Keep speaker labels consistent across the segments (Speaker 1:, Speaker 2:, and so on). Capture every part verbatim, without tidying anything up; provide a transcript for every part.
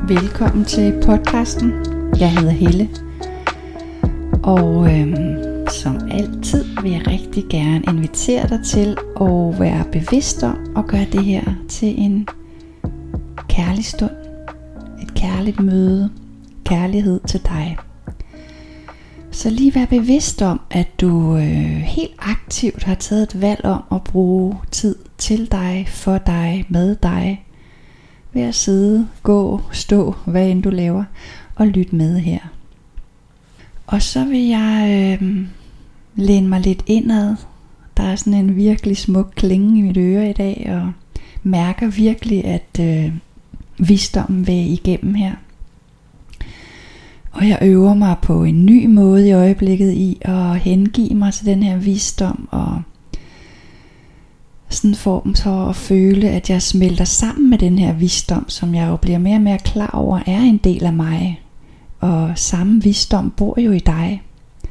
Speaker 1: Velkommen til podcasten. Jeg hedder Helle. Og øhm, som altid vil jeg rigtig gerne invitere dig til at være bevidst om at gøre det her til en kærlig stund. Et kærligt møde. Kærlighed til dig. Så lige vær bevidst om, at du øh, helt aktivt har taget et valg om at bruge tid til dig, for dig, med dig. Ved at sidde, gå, stå, hvad end du laver, og lytte med her. Og så vil jeg øh, læne mig lidt indad. Der er sådan en virkelig smuk klinge i mit øre i dag, og mærker virkelig, at øh, visdommen vil igennem her. Og jeg øver mig på en ny måde i øjeblikket i at hengive mig til den her visdom, og sådan en form for at føle, at jeg smelter sammen med den her visdom, som jeg jo bliver mere og mere klar over, er en del af mig. Og samme visdom bor jo i dig.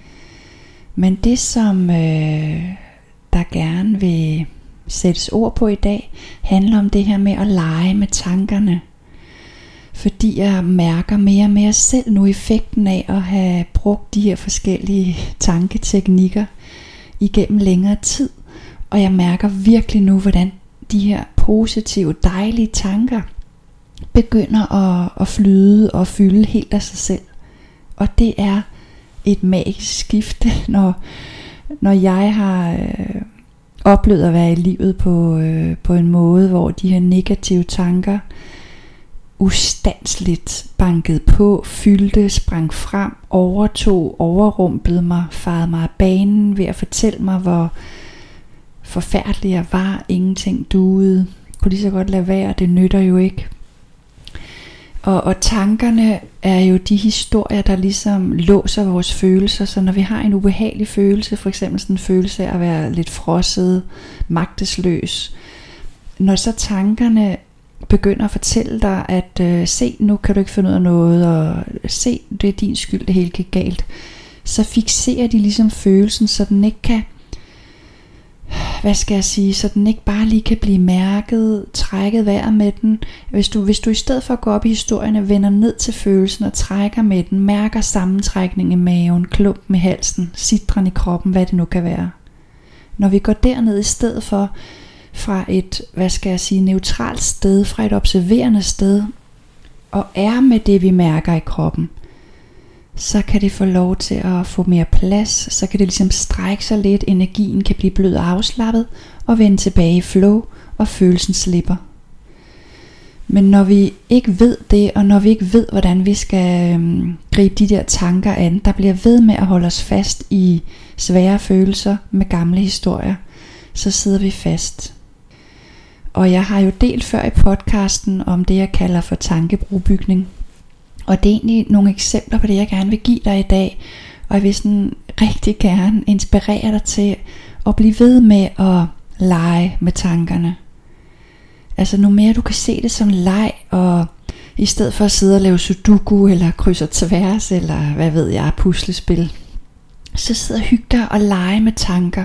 Speaker 1: Men det, som øh, der gerne vil sættes ord på i dag, handler om det her med at lege med tankerne. Fordi jeg mærker mere og mere selv nu effekten af at have brugt de her forskellige tanketeknikker igennem længere tid. Og jeg mærker virkelig nu, hvordan de her positive, dejlige tanker begynder at, at flyde og fylde helt af sig selv. Og det er et magisk skifte, når, når jeg har øh, oplevet at være i livet på, øh, på en måde, hvor de her negative tanker ustandsligt bankede på, fyldte, sprang frem, overtog, overrumplede mig, farede mig af banen ved at fortælle mig, hvor forfærdelig jeg var, ingenting duede, kunne lige så godt lade være, det nytter jo ikke. Og, og tankerne er jo de historier, der ligesom låser vores følelser, så når vi har en ubehagelig følelse, for eksempel sådan en følelse af at være lidt frosset, magtesløs, når så tankerne begynder at fortælle dig, at øh, se, nu kan du ikke finde ud af noget, og se, det er din skyld, det hele gik galt, så fixerer de ligesom følelsen, så den ikke kan, hvad skal jeg sige, så den ikke bare lige kan blive mærket, trækket vejret med den. Hvis du, hvis du i stedet for at gå op i historierne, vender ned til følelsen og trækker med den, mærker sammentrækning i maven, klumpen i halsen, sidren i kroppen, hvad det nu kan være. Når vi går derned i stedet for, fra et, hvad skal jeg sige, neutralt sted, fra et observerende sted, og er med det vi mærker i kroppen, så kan det få lov til at få mere plads, så kan det ligesom strække sig lidt, energien kan blive blød og afslappet, og vende tilbage i flow, og følelsen slipper. Men når vi ikke ved det, og når vi ikke ved, hvordan vi skal øhm, gribe de der tanker an, der bliver ved med at holde os fast i svære følelser med gamle historier, så sidder vi fast. Og jeg har jo delt før i podcasten om det, jeg kalder for tankebrobyggning. Og det er egentlig nogle eksempler på det, jeg gerne vil give dig i dag. Og jeg vil sådan rigtig gerne inspirere dig til at blive ved med at lege med tankerne. Altså nu mere du kan se det som leg, og i stedet for at sidde og lave sudoku, eller kryds og tværs, eller hvad ved jeg, puslespil, så sidder og hygge dig og lege med tanker.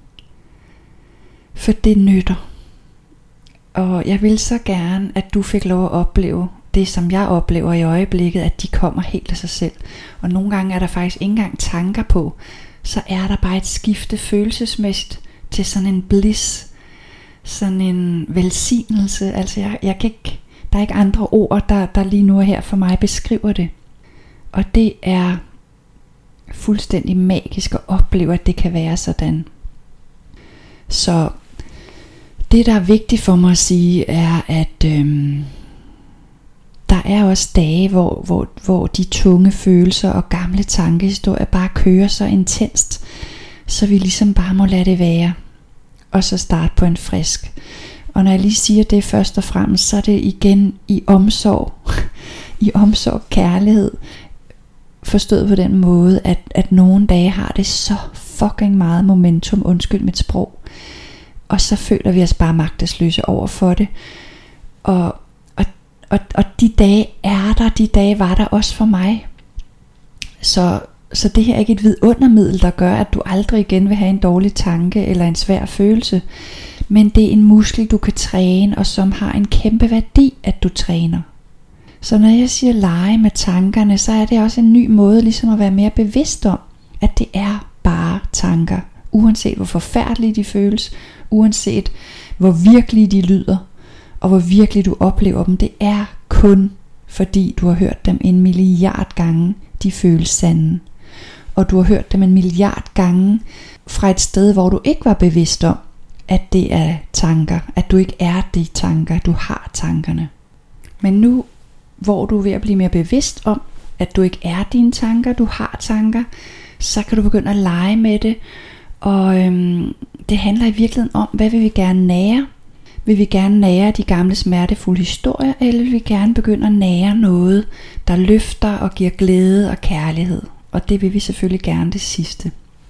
Speaker 1: For det nytter. Og jeg vil så gerne, at du fik lov at opleve det, som jeg oplever i øjeblikket, at de kommer helt af sig selv. Og nogle gange er der faktisk ikke engang tanker på. Så er der bare et skifte følelsesmæssigt til sådan en bliss, sådan en velsignelse. Altså jeg, jeg kan ikke, der er ikke andre ord, der, der lige nu er her for mig beskriver det. Og det er fuldstændig magisk at opleve, at det kan være sådan. Så det, der er vigtigt for mig at sige, er, at øhm, der er også dage, hvor, hvor, hvor de tunge følelser og gamle tankehistorier bare kører så intenst, så vi ligesom bare må lade det være, og så starte på en frisk. Og når jeg lige siger det først og fremmest, så er det igen i omsorg, i omsorg, kærlighed, forstået på den måde, at, at nogle dage har det så fucking meget momentum, undskyld mit sprog, og så føler vi os bare magtesløse over for det. Og, og, og, og de dage er der, de dage var der også for mig. Så, så det her er ikke et vidundermiddel, der gør, at du aldrig igen vil have en dårlig tanke eller en svær følelse. Men det er en muskel, du kan træne, og som har en kæmpe værdi, at du træner. Så når jeg siger lege med tankerne, så er det også en ny måde ligesom at være mere bevidst om, at det er bare tanker. Uanset hvor forfærdelige de føles, uanset hvor virkelige de lyder, og hvor virkelig du oplever dem, det er kun fordi du har hørt dem en milliard gange, de føles sande. Og du har hørt dem en milliard gange fra et sted, hvor du ikke var bevidst om, at det er tanker, at du ikke er de tanker, du har tankerne. Men nu, hvor du er ved at blive mere bevidst om, at du ikke er dine tanker, du har tanker, så kan du begynde at lege med det. Og øhm, det handler i virkeligheden om, hvad vil vi gerne nære? Vil vi gerne nære de gamle smertefulde historier, eller vil vi gerne begynde at nære noget, der løfter og giver glæde og kærlighed? Og det vil vi selvfølgelig gerne det sidste.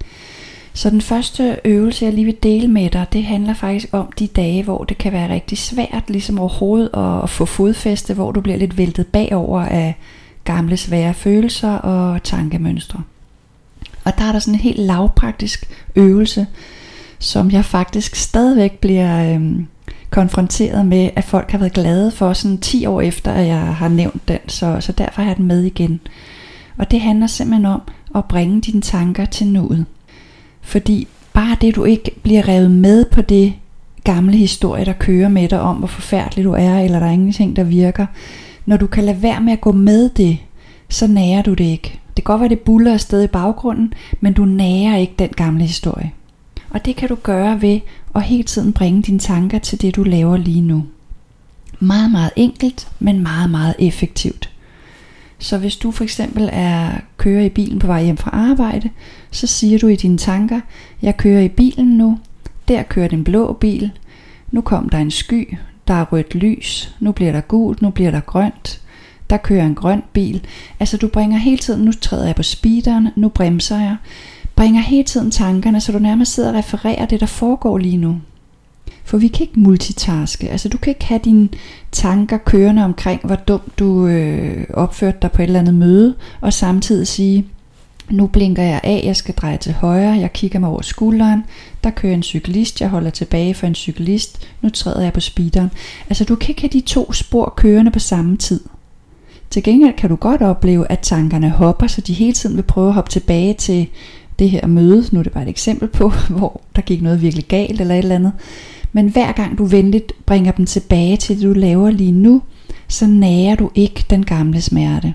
Speaker 1: Så den første øvelse, jeg lige vil dele med dig, det handler faktisk om de dage, hvor det kan være rigtig svært, ligesom overhovedet at få fodfæste, hvor du bliver lidt væltet bagover af gamle svære følelser og tankemønstre. Og der er der sådan en helt lavpraktisk øvelse, som jeg faktisk stadigvæk bliver øhm, konfronteret med, at folk har været glade for sådan ti år efter, at jeg har nævnt den, så, så derfor har jeg den med igen. Og det handler simpelthen om at bringe dine tanker til nuet. Fordi bare det, du ikke bliver revet med på det gamle historie, der kører med dig om, hvor forfærdelig du er, eller der er ingenting, der virker. Når du kan lade være med at gå med det, så nærer du det ikke. Det kan godt være, det buller afsted i baggrunden, men du nærer ikke den gamle historie. Og det kan du gøre ved at hele tiden bringe dine tanker til det, du laver lige nu. Meget, meget enkelt, men meget, meget effektivt. Så hvis du for eksempel er kører i bilen på vej hjem fra arbejde, så siger du i dine tanker, jeg kører i bilen nu, der kører den blå bil, nu kom der en sky, der er rødt lys, nu bliver der gult, nu bliver der grønt, der kører en grøn bil. Altså du bringer hele tiden, nu træder jeg på speederen, nu bremser jeg, bringer hele tiden tankerne, så du nærmest sidder og refererer det, der foregår lige nu. For vi kan ikke multitaske, altså du kan ikke have dine tanker kørende omkring, hvor dumt du øh, opførte dig på et eller andet møde, og samtidig sige, nu blinker jeg af, jeg skal dreje til højre, jeg kigger mig over skulderen, der kører en cyklist, jeg holder tilbage for en cyklist, nu træder jeg på speederen. Altså du kan ikke have de to spor kørende på samme tid. Til gengæld kan du godt opleve, at tankerne hopper, så de hele tiden vil prøve at hoppe tilbage til det her møde. Nu er det bare et eksempel på, hvor der gik noget virkelig galt eller et eller andet. Men hver gang du venligt bringer dem tilbage til det, du laver lige nu, så nærer du ikke den gamle smerte.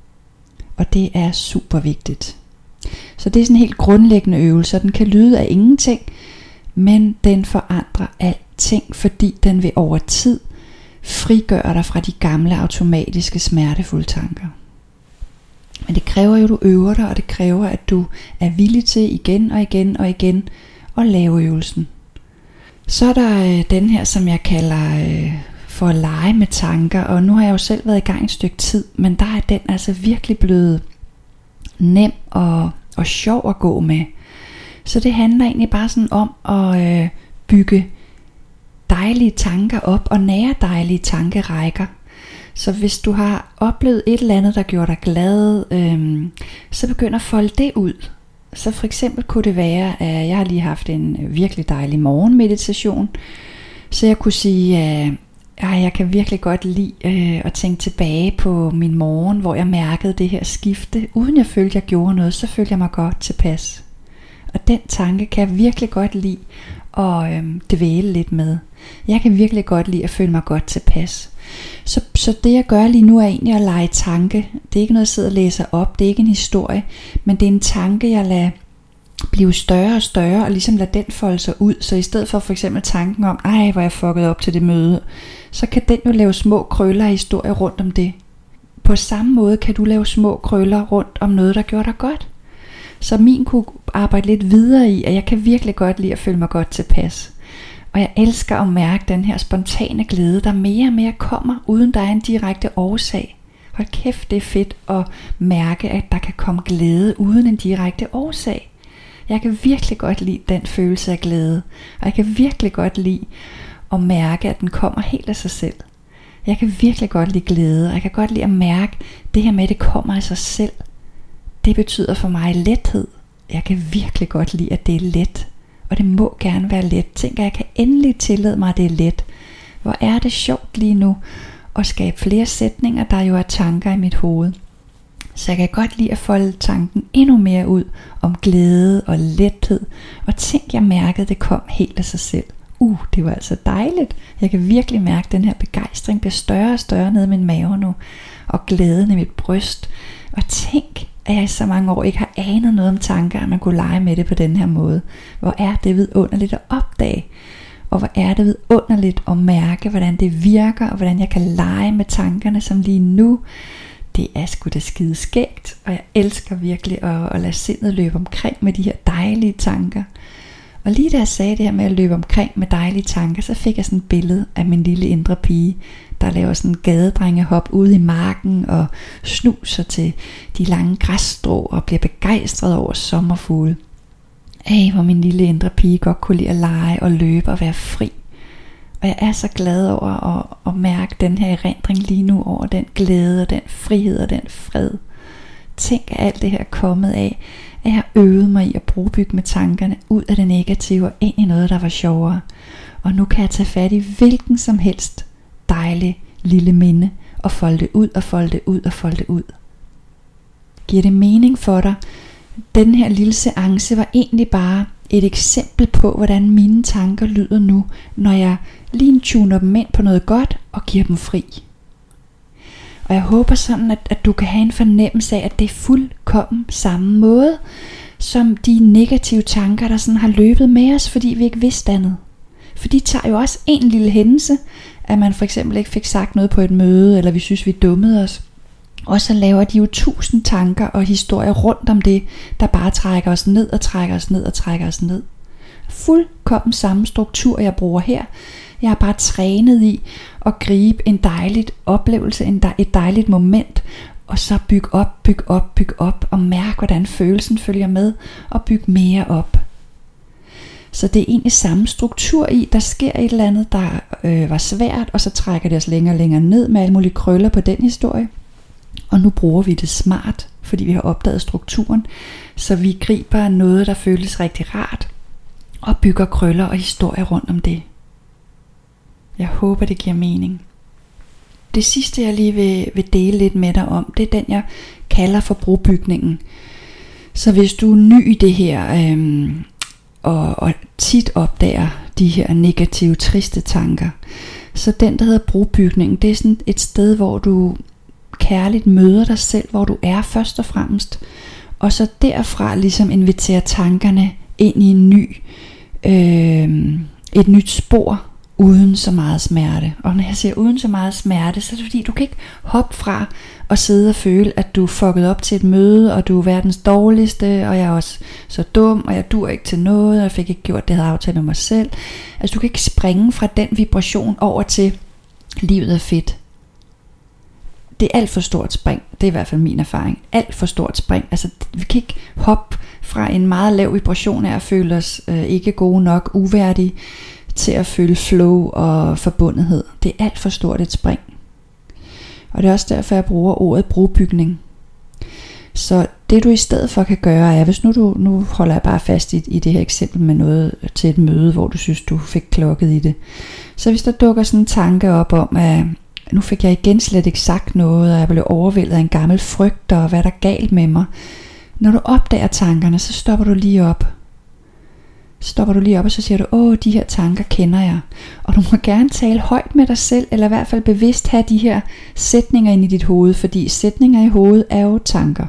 Speaker 1: Og det er super vigtigt. Så det er sådan en helt grundlæggende øvelse, og den kan lyde af ingenting, men den forandrer alting, fordi den vil over tid frigøre dig fra de gamle automatiske smertefulde tanker. Men det kræver jo, at du øver dig, og det kræver, at du er villig til igen og igen og igen at lave øvelsen. Så er der øh, den her, som jeg kalder øh, for at lege med tanker, og nu har jeg jo selv været i gang et stykke tid, men der er den altså virkelig blevet nem og, og sjov at gå med. Så det handler egentlig bare sådan om at øh, bygge dejlige tanker op og nære dejlige tankerækker. Så hvis du har oplevet et eller andet, der gjorde dig glad, øh, så begynd at folde det ud. Så for eksempel kunne det være, at jeg har lige haft en virkelig dejlig morgenmeditation, så jeg kunne sige, at jeg kan virkelig godt lide øh, at tænke tilbage på min morgen, hvor jeg mærkede det her skifte. Uden jeg følte, jeg gjorde noget, så følte jeg mig godt tilpas. Og den tanke kan jeg virkelig godt lide at øh, dvæle lidt med. Jeg kan virkelig godt lide at føle mig godt tilpas. Så, så det jeg gør lige nu er egentlig at lege tanke. Det er ikke noget jeg sidder og læser op, det er ikke en historie, men det er en tanke jeg lader blive større og større, og ligesom lader den folde sig ud. Så i stedet for for eksempel tanken om, ej hvor jeg fucket op til det møde, så kan den jo lave små krøller af historie rundt om det. På samme måde kan du lave små krøller rundt om noget der gjorde dig godt. Så min kunne arbejde lidt videre i, at jeg kan virkelig godt lide at føle mig godt tilpas. Og jeg elsker at mærke den her spontane glæde, der mere og mere kommer, uden der er en direkte årsag. Hold kæft, det er fedt at mærke, at der kan komme glæde uden en direkte årsag. Jeg kan virkelig godt lide den følelse af glæde, og jeg kan virkelig godt lide at mærke, at den kommer helt af sig selv. Jeg kan virkelig godt lide glæde, og jeg kan godt lide at mærke, det her med, at det kommer af sig selv. Det betyder for mig lethed. Jeg kan virkelig godt lide, at det er let. Og det må gerne være let. Tænk, at jeg kan endelig tillade mig, at det er let. Hvor er det sjovt lige nu og skabe flere sætninger, der jo er tanker i mit hoved. Så jeg kan godt lide at folde tanken endnu mere ud om glæde og lethed, og tænk, jeg mærkede, det kom helt af sig selv. Uh, det var altså dejligt. Jeg kan virkelig mærke, at den her begejstring bliver større og større nede i min mave nu, og glæden i mit bryst. Og tænk, at jeg i så mange år ikke har anet noget om tanker, at man kunne lege med det på den her måde. Hvor er det vidunderligt at opdage, og hvor er det vidunderligt at mærke, hvordan det virker, og hvordan jeg kan lege med tankerne, som lige nu. Det er sgu da skide skægt, og jeg elsker virkelig at, at lade sindet løbe omkring med de her dejlige tanker. Og lige da jeg sagde det her med at løbe omkring med dejlige tanker, så fik jeg sådan et billede af min lille indre pige, der laver sådan en gadedrengehop ude i marken og snuser til de lange græsstrå og bliver begejstret over sommerfugle. Ej, hvor min lille indre pige godt kunne lide at lege og løbe og være fri. Og jeg er så glad over at, at mærke den her erindring lige nu over den glæde og den frihed og den fred. Tænk, at alt det her er kommet af, at jeg har øvet mig i at brugbygge med tankerne ud af det negative og ind i noget, der var sjovere. Og nu kan jeg tage fat i hvilken som helst dejlig lille minde og folde det ud og folde det ud og folde det ud. Giver det mening for dig? Den her lille seance var egentlig bare et eksempel på, hvordan mine tanker lyder nu, når jeg lige tuner dem ind på noget godt og giver dem fri. Og jeg håber sådan, at, at du kan have en fornemmelse af, at det er fuldkommen samme måde, som de negative tanker, der sådan har løbet med os, fordi vi ikke vidste andet. For de tager jo også en lille hændelse, at man for eksempel ikke fik sagt noget på et møde, eller vi synes, vi dummede os. Og så laver de jo tusind tanker og historier rundt om det, der bare trækker os ned og trækker os ned og trækker os ned. Fuldkommen samme struktur, jeg bruger her. Jeg har bare trænet i at gribe en dejligt oplevelse, en dej, et dejligt moment, og så bygge op, bygge op, bygge op, og mærke, hvordan følelsen følger med, og bygge mere op. Så det er egentlig samme struktur i, der sker et eller andet, der øh, var svært, og så trækker det os længere og længere ned med alle mulige krøller på den historie. Og nu bruger vi det smart, fordi vi har opdaget strukturen, så vi griber noget, der føles rigtig rart, og bygger krøller og historier rundt om det. Jeg håber, det giver mening. Det sidste, jeg lige vil, vil dele lidt med dig om, det er den, jeg kalder for brobygningen. Så hvis du er ny i det her, øhm, og, og tit opdager de her negative, triste tanker, så den, der hedder brobygningen, det er sådan et sted, hvor du kærligt møder dig selv, hvor du er først og fremmest, og så derfra ligesom inviterer tankerne ind i en ny, øh, et nyt spor, uden så meget smerte. Og når jeg siger uden så meget smerte, så er det fordi, du kan ikke hoppe fra og sidde og føle, at du er fucket op til et møde, og du er verdens dårligste, og jeg er også så dum, og jeg dur ikke til noget, og jeg fik ikke gjort det, jeg havde aftalt med mig selv. Altså du kan ikke springe fra den vibration over til livet er fedt. Det er alt for stort spring. Det er i hvert fald min erfaring. Alt for stort spring. Altså vi kan ikke hoppe fra en meget lav vibration af at føle os øh, ikke gode nok, uværdige, til at føle flow og forbundethed. Det er alt for stort et spring. Og det er også derfor, jeg bruger ordet brobygning. Så det du i stedet for kan gøre er, hvis nu du, nu holder jeg bare fast i, i det her eksempel med noget til et møde, hvor du synes, du fik klokket i det. Så hvis der dukker sådan en tanke op om, at nu fik jeg igen slet ikke sagt noget, og jeg blev overvældet af en gammel frygt, og hvad der er galt med mig. Når du opdager tankerne, så stopper du lige op. Så stopper du lige op, og så siger du, åh, de her tanker kender jeg. Og du må gerne tale højt med dig selv, eller i hvert fald bevidst have de her sætninger ind i dit hoved, fordi sætninger i hovedet er jo tanker.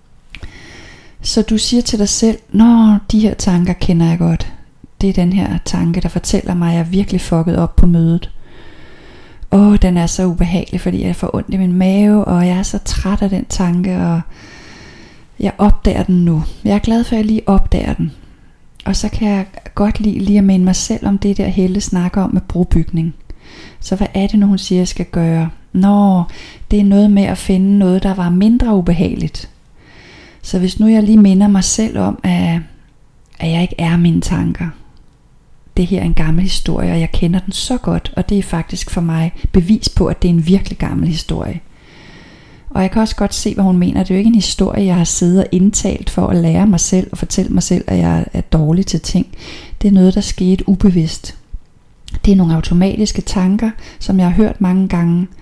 Speaker 1: Så du siger til dig selv, nå, de her tanker kender jeg godt. Det er den her tanke, der fortæller mig, at jeg er virkelig fucket op på mødet. Åh, den er så ubehagelig, fordi jeg får ondt i min mave, og jeg er så træt af den tanke, og jeg opdager den nu. Jeg er glad for, at jeg lige opdager den. Og så kan jeg godt lide lige at minde mig selv om det der Helle snakker om med brobygning. Så hvad er det nu hun siger jeg skal gøre? Nå, det er noget med at finde noget der var mindre ubehageligt. Så hvis nu jeg lige minder mig selv om at, at jeg ikke er mine tanker. Det her er en gammel historie, og jeg kender den så godt, og det er faktisk for mig bevis på at det er en virkelig gammel historie. Og jeg kan også godt se hvad hun mener. Det er jo ikke en historie jeg har siddet og indtalt for at lære mig selv og fortælle mig selv at jeg er dårlig til ting. Det er noget der skete ubevidst. Det er nogle automatiske tanker som jeg har hørt mange gange,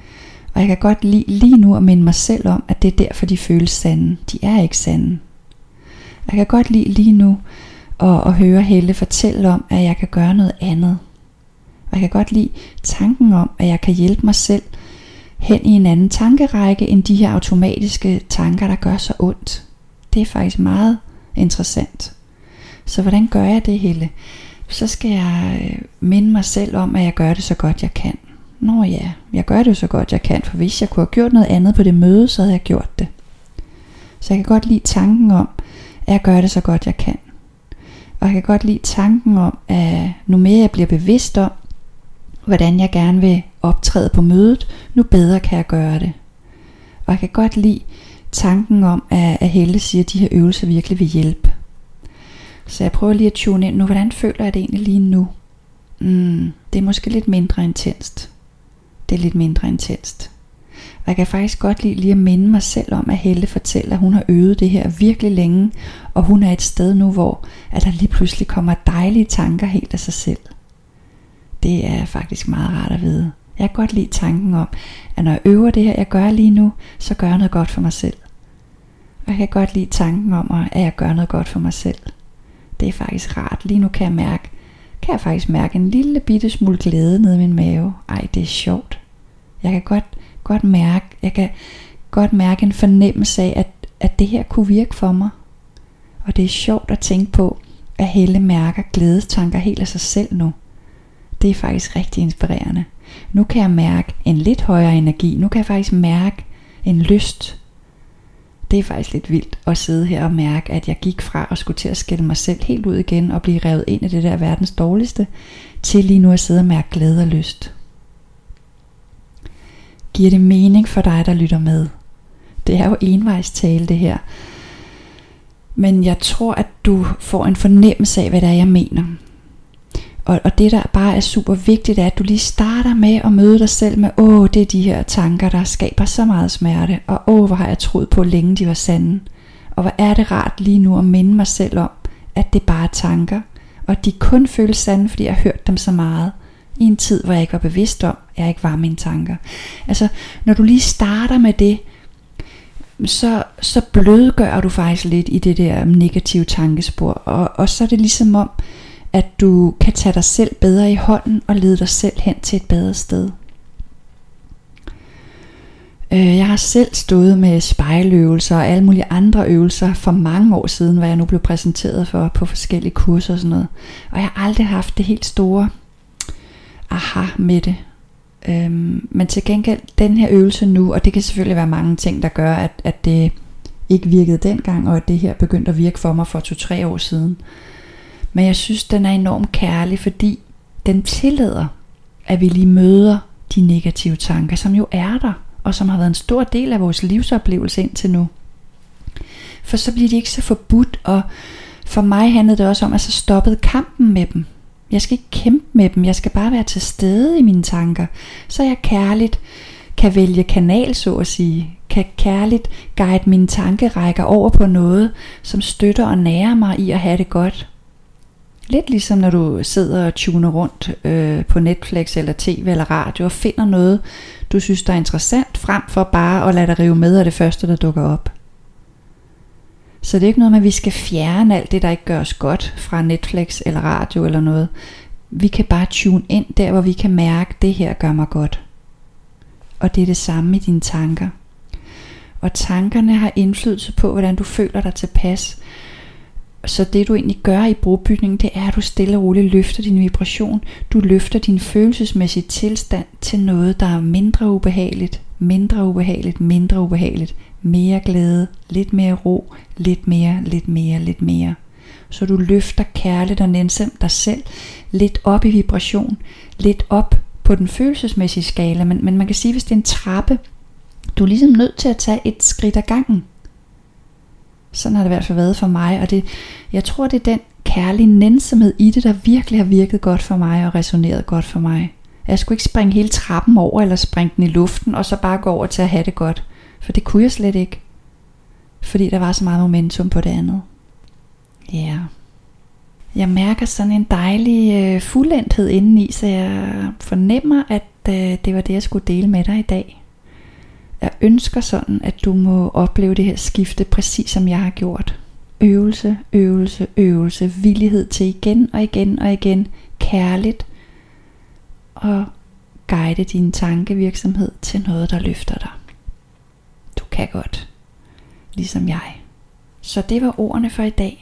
Speaker 1: Og jeg kan godt lide lige nu at minde mig selv om, at det er derfor de føles sande. De er ikke sande. Jeg kan godt lide lige nu at, at høre Helle fortælle om, at jeg kan gøre noget andet. Og jeg kan godt lide tanken om, at jeg kan hjælpe mig selv hen i en anden tankerække, end de her automatiske tanker, der gør så ondt. Det er faktisk meget interessant. Så hvordan gør jeg det, Helle? Så skal jeg minde mig selv om, at jeg gør det så godt jeg kan. Nå ja, jeg gør det så godt jeg kan, for hvis jeg kunne have gjort noget andet på det møde, så havde jeg gjort det. Så jeg kan godt lide tanken om, at jeg gør det så godt jeg kan. Og jeg kan godt lide tanken om, at nu mere jeg bliver bevidst om, hvordan jeg gerne vil optræde på mødet, nu bedre kan jeg gøre det. Og jeg kan godt lide tanken om, at Helle siger, at de her øvelser virkelig vil hjælpe. Så jeg prøver lige at tune ind nu, hvordan føler jeg det egentlig lige nu? Mm, det er måske lidt mindre intenst. Det er lidt mindre intenst. Og jeg kan faktisk godt lide lige at minde mig selv om, at Helle fortæller, at hun har øvet det her virkelig længe, og hun er et sted nu, hvor at der lige pludselig kommer dejlige tanker helt af sig selv. Det er faktisk meget rart at vide. Jeg kan godt lide tanken om, at når jeg øver det her, jeg gør lige nu, så gør jeg noget godt for mig selv. Og jeg kan godt lide tanken om, at jeg gør noget godt for mig selv. Det er faktisk rart. Lige nu kan jeg mærke, kan jeg faktisk mærke en lille bitte smule glæde nede i min mave. Ej, det er sjovt. Jeg kan godt, godt mærke, jeg kan godt mærke en fornemmelse af, at, at det her kunne virke for mig. Og det er sjovt at tænke på, at Helle mærker glædestanker helt af sig selv nu. Det er faktisk rigtig inspirerende. Nu kan jeg mærke en lidt højere energi. Nu kan jeg faktisk mærke en lyst. Det er faktisk lidt vildt at sidde her og mærke, at jeg gik fra at skulle til at skælde mig selv helt ud igen og blive revet ind i det der verdens dårligste, til lige nu at sidde og mærke glæde og lyst. Giver det mening for dig, der lytter med? Det er jo envejstale det her. Men jeg tror, at du får en fornemmelse af, hvad det er, jeg mener. Og, og det der bare er super vigtigt er, at du lige starter med at møde dig selv med, åh, det er de her tanker, der skaber så meget smerte, og åh, hvor har jeg troet på, længe de var sande. Og hvor er det rart lige nu at minde mig selv om, at det bare er tanker, og de kun føles sande, fordi jeg har hørt dem så meget, i en tid, hvor jeg ikke var bevidst om, at jeg ikke var mine tanker. Altså, når du lige starter med det, så, så blødgør du faktisk lidt i det der negative tankespor, og, og så er det ligesom om, at du kan tage dig selv bedre i hånden og lede dig selv hen til et bedre sted. Jeg har selv stået med spejløvelser og alle mulige andre øvelser for mange år siden, hvad jeg nu blev præsenteret for på forskellige kurser og sådan noget. Og jeg har aldrig haft det helt store aha med det. Øhm, men til gengæld den her øvelse nu, og det kan selvfølgelig være mange ting, der gør, at, at det ikke virkede dengang, og at det her begyndte at virke for mig for to-tre år siden. Men jeg synes, den er enormt kærlig, fordi den tillader, at vi lige møder de negative tanker, som jo er der, og som har været en stor del af vores livsoplevelse indtil nu. For så bliver de ikke så forbudt, og for mig handlede det også om, at så stoppede kampen med dem. Jeg skal ikke kæmpe med dem, jeg skal bare være til stede i mine tanker, så jeg kærligt kan vælge kanal, så at sige, kan kærligt guide mine tankerækker over på noget, som støtter og nærer mig i at have det godt. Lidt ligesom når du sidder og tuner rundt øh, på Netflix eller tv eller radio og finder noget, du synes der er interessant, frem for bare at lade dig rive med af det første, der dukker op. Så det er ikke noget med, at vi skal fjerne alt det, der ikke gør os godt fra Netflix eller radio eller noget. Vi kan bare tune ind der, hvor vi kan mærke, at det her gør mig godt. Og det er det samme i dine tanker. Og tankerne har indflydelse på, hvordan du føler dig tilpas. Så det du egentlig gør i brobygningen, det er, at du stille og roligt løfter din vibration. Du løfter din følelsesmæssige tilstand til noget, der er mindre ubehageligt, mindre ubehageligt, mindre ubehageligt. Mere glæde, lidt mere ro, lidt mere, lidt mere, lidt mere. Så du løfter kærligt og nænsomt dig selv lidt op i vibration, lidt op på den følelsesmæssige skala. Men, men man kan sige, hvis det er en trappe, du er ligesom nødt til at tage et skridt ad gangen. Sådan har det i hvert fald været for mig, og det, jeg tror, det er den kærlige nænsomhed i det, der virkelig har virket godt for mig og resoneret godt for mig. Jeg skulle ikke springe hele trappen over, eller springe den i luften, og så bare gå over til at have det godt. For det kunne jeg slet ikke. Fordi der var så meget momentum på det andet. Ja. Yeah. Jeg mærker sådan en dejlig øh, fuldendthed indeni, så jeg fornemmer, at øh, det var det, jeg skulle dele med dig i dag. Jeg ønsker sådan, at du må opleve det her skifte, præcis som jeg har gjort. Øvelse, øvelse, øvelse, villighed til igen og igen og igen, kærligt, og guide din tankevirksomhed til noget, der løfter dig. Du kan godt, ligesom jeg. Så det var ordene for i dag.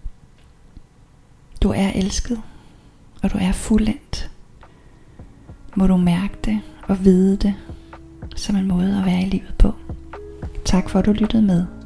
Speaker 1: Du er elsket, og du er fuldendt. Må du mærke det og vide det, som en måde at være i livet på. Tak for at du lyttede med.